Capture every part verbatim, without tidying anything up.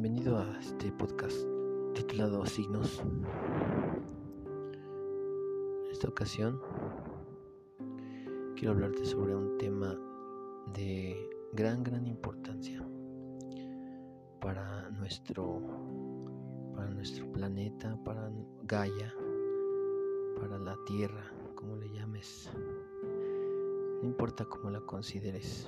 bienvenido a este podcast titulado Signos. En esta ocasión quiero hablarte sobre un tema de gran, gran importancia para nuestro, para nuestro planeta, para Gaia, para la Tierra, como le llames. No importa cómo la consideres.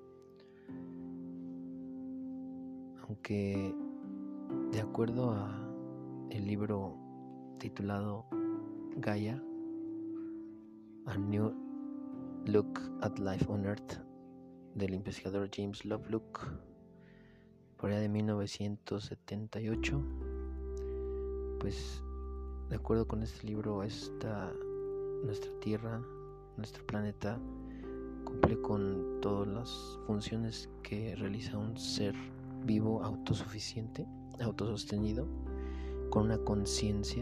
Aunque de acuerdo a el libro titulado Gaia, A New Look at Life on Earth, del investigador James Lovelock, por allá de mil novecientos setenta y ocho, pues de acuerdo con este libro, esta, nuestra Tierra, nuestro planeta, cumple con todas las funciones que realiza un ser vivo, autosuficiente, autosostenido, con una conciencia.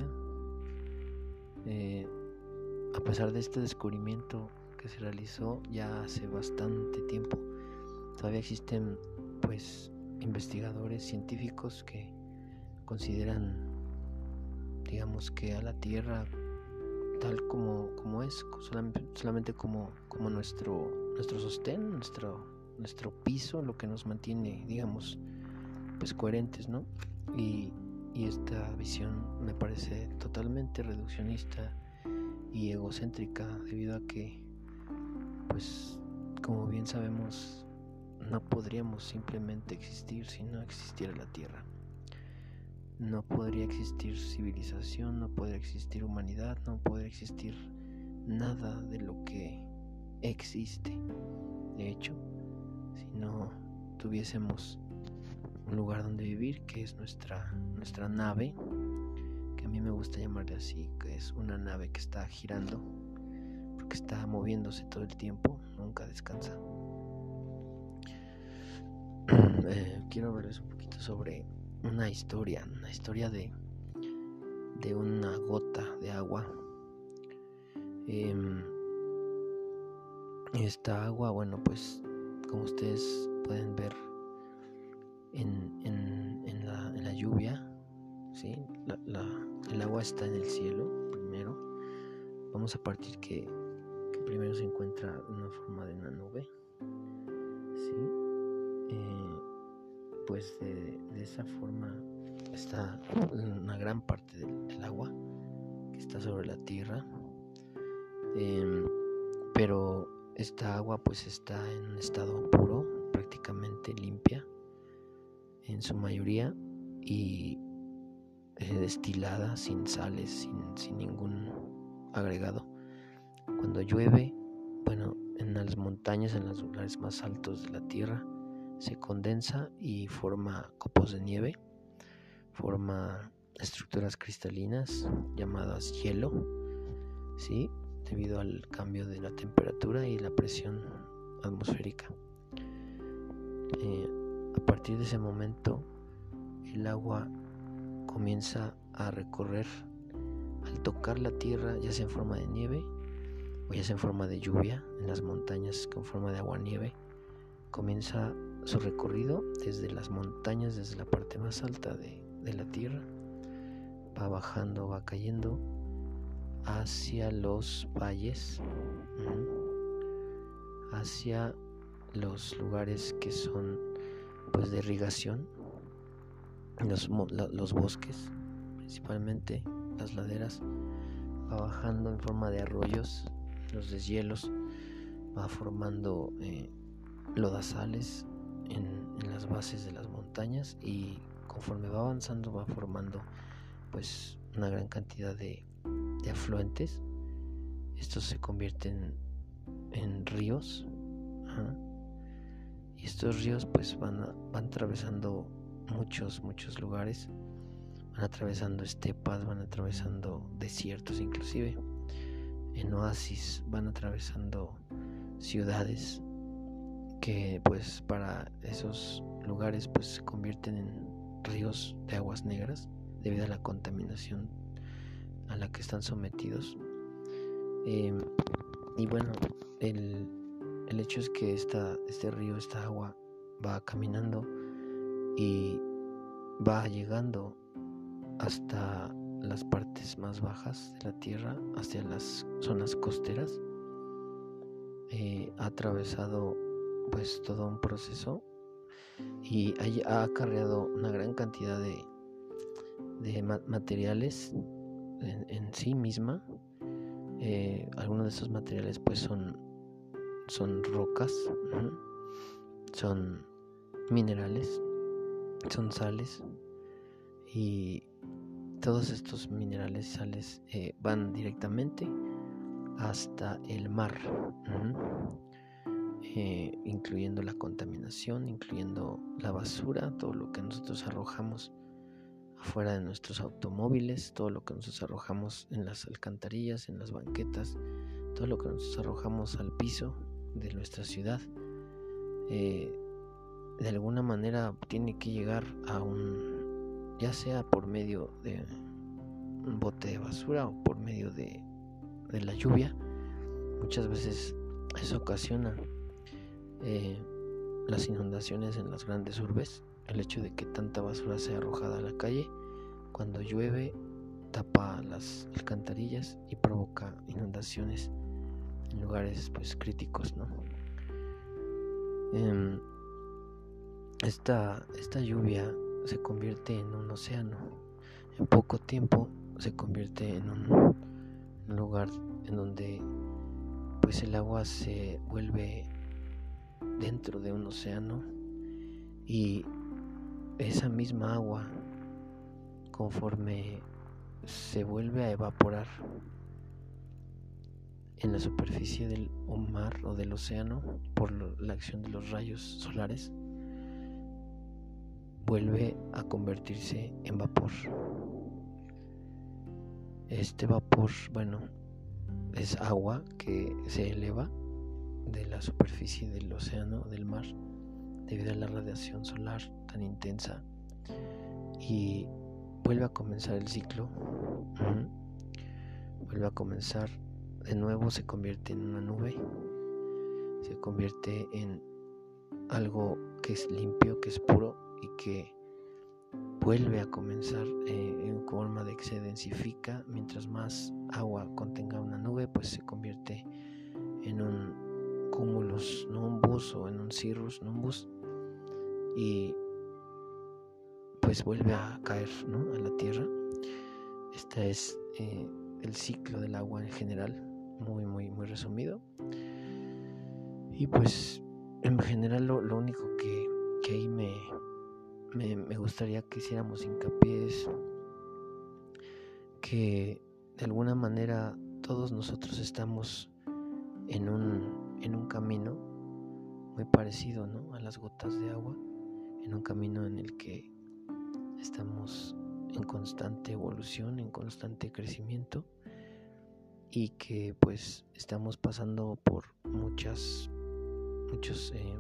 Eh, a pesar de este descubrimiento que se realizó ya hace bastante tiempo, todavía existen pues investigadores científicos que consideran, digamos, que a la Tierra tal como, como es, solamente, solamente como, como nuestro, nuestro sostén, nuestro nuestro piso, lo que nos mantiene, digamos, pues coherentes, ¿no? Y, y esta visión me parece totalmente reduccionista y egocéntrica, debido a que, pues, como bien sabemos, no podríamos simplemente existir si no existiera la Tierra. No podría existir civilización, no podría existir humanidad, no podría existir nada de lo que existe. De hecho, si no tuviésemos un lugar donde vivir, que es nuestra, nuestra nave, que a mí me gusta llamarle así, que es una nave que está girando, porque está moviéndose todo el tiempo, nunca descansa. eh, quiero hablarles un poquito sobre una historia, una historia de, de una gota de agua. Eh, esta agua, bueno, pues como ustedes pueden ver en, en, en, la, en la lluvia, ¿sí? la, la, el agua está en el cielo primero. Vamos a partir que, que primero se encuentra en una forma de una nube, ¿sí? Eh, pues de, de esa forma está una gran parte del, del agua que está sobre la tierra, eh, pero esta agua pues está en un estado puro, prácticamente limpia en su mayoría, y eh, destilada, sin sales, sin, sin ningún agregado. Cuando llueve, bueno, en las montañas, en los lugares más altos de la tierra, se condensa y forma copos de nieve, forma estructuras cristalinas llamadas hielo, ¿sí? Debido al cambio de la temperatura y la presión atmosférica. Eh, a partir de ese momento, el agua comienza a recorrer, al tocar la tierra, ya sea en forma de nieve o ya sea en forma de lluvia, en las montañas con forma de agua-nieve, comienza su recorrido desde las montañas, desde la parte más alta de, de la tierra, va bajando, va cayendo hacia los valles, hacia los lugares que son pues de irrigación, los, los bosques, principalmente las laderas, va bajando en forma de arroyos, los deshielos, va formando eh, lodazales en, en las bases de las montañas, y conforme va avanzando va formando pues una gran cantidad de de afluentes. Estos se convierten en ríos, ajá. Y estos ríos pues van, a, van atravesando muchos, muchos lugares, van atravesando estepas, van atravesando desiertos, inclusive en oasis, van atravesando ciudades que pues para esos lugares pues se convierten en ríos de aguas negras debido a la contaminación a la que están sometidos. Eh, y bueno, el, el hecho es que esta, este río, esta agua va caminando y va llegando hasta las partes más bajas de la tierra, hacia las zonas costeras. Eh, ha atravesado pues todo un proceso y ha, ha acarreado una gran cantidad de, de ma- materiales en, en sí misma. Eh, algunos de esos materiales pues son, son rocas, ¿no? Son minerales, son sales, y todos estos minerales y sales eh, van directamente hasta el mar, uh-huh. eh, incluyendo la contaminación, incluyendo la basura, todo lo que nosotros arrojamos afuera de nuestros automóviles, todo lo que nosotros arrojamos en las alcantarillas, en las banquetas, todo lo que nosotros arrojamos al piso de nuestra ciudad. Eh, de alguna manera tiene que llegar a un, ya sea por medio de un bote de basura o por medio de, de la lluvia. Muchas veces eso ocasiona eh, las inundaciones en las grandes urbes, el hecho de que tanta basura sea arrojada a la calle. Cuando llueve tapa las alcantarillas y provoca inundaciones en lugares pues críticos, ¿no? Eh, esta, esta lluvia se convierte en un océano. En poco tiempo se convierte en un, un lugar en donde pues el agua se vuelve dentro de un océano, y esa misma agua, conforme se vuelve a evaporar en la superficie del mar o del océano por la acción de los rayos solares, vuelve a convertirse en vapor. Este vapor, bueno, es agua que se eleva de la superficie del océano, del mar, debido a la radiación solar tan intensa, y vuelve a comenzar el ciclo. Uh-huh. Vuelve a comenzar de nuevo, se convierte en una nube, se convierte en algo que es limpio, que es puro, y que vuelve a comenzar eh, en forma de que se densifica. Mientras más agua contenga una nube, pues se convierte en un cumulus nimbus o en un cirrus nimbus, y pues vuelve a caer, ¿no?, a la tierra. Este es eh, el ciclo del agua en general, muy muy muy resumido. Y pues en general lo, lo único que, que ahí me, me, me gustaría que hiciéramos hincapié es que de alguna manera todos nosotros estamos en un, en un camino muy parecido, ¿no?, a las gotas de agua, en un camino en el que estamos en constante evolución, en constante crecimiento, y que pues estamos pasando por muchas muchos eh,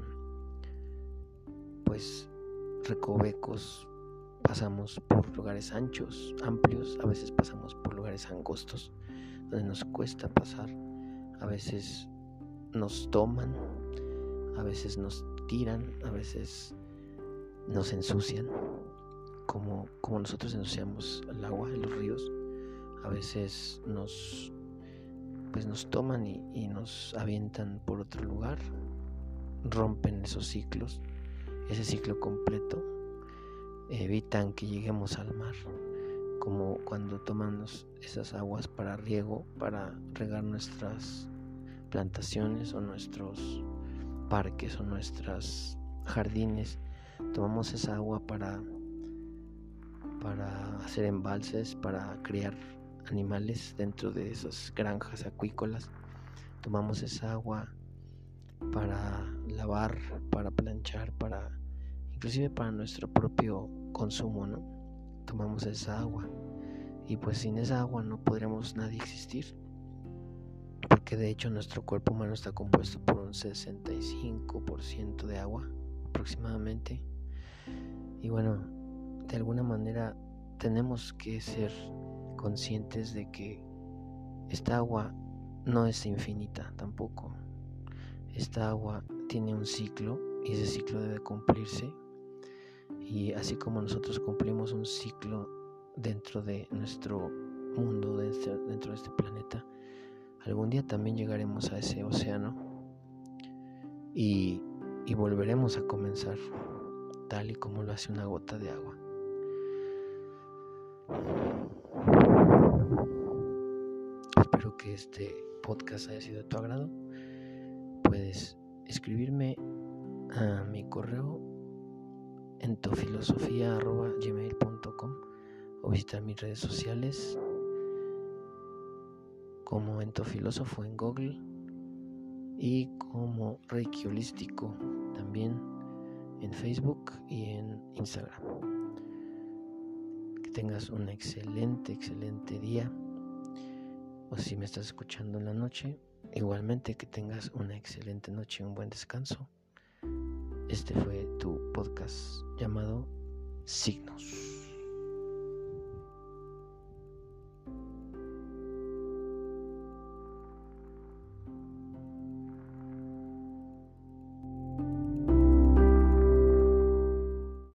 pues recovecos, pasamos por lugares anchos, amplios, a veces pasamos por lugares angostos donde nos cuesta pasar, a veces nos toman, a veces nos tiran, a veces nos ensucian, como, como nosotros ensuciamos el agua en los ríos. A veces nos pues nos toman y, y nos avientan por otro lugar, rompen esos ciclos, ese ciclo completo, evitan que lleguemos al mar, como cuando tomamos esas aguas para riego, para regar nuestras plantaciones o nuestros parques o nuestros jardines. Tomamos esa agua para, para hacer embalses, para criar animales dentro de esas granjas acuícolas. Tomamos esa agua para lavar, para planchar, para inclusive para nuestro propio consumo, ¿no? Tomamos esa agua, y pues sin esa agua no podríamos nadie existir, porque de hecho nuestro cuerpo humano está compuesto por un sesenta y cinco por ciento de agua aproximadamente. Y bueno, de alguna manera tenemos que ser conscientes de que esta agua no es infinita tampoco. Esta agua tiene un ciclo, y ese ciclo debe cumplirse, Y así como nosotros cumplimos un ciclo dentro de nuestro mundo, dentro de este planeta, algún día también llegaremos a ese océano y, y volveremos a comenzar tal y como lo hace una gota de agua. Espero que este podcast haya sido de tu agrado. Puedes escribirme a mi correo entofilosofia arroba gmail punto com o visitar mis redes sociales como Entofilósofo en Google y como Reiki Holístico también en Facebook y en Instagram. Que tengas un excelente, excelente día. O si me estás escuchando en la noche, igualmente que tengas una excelente noche, un buen descanso. Este fue tu podcast llamado Signos.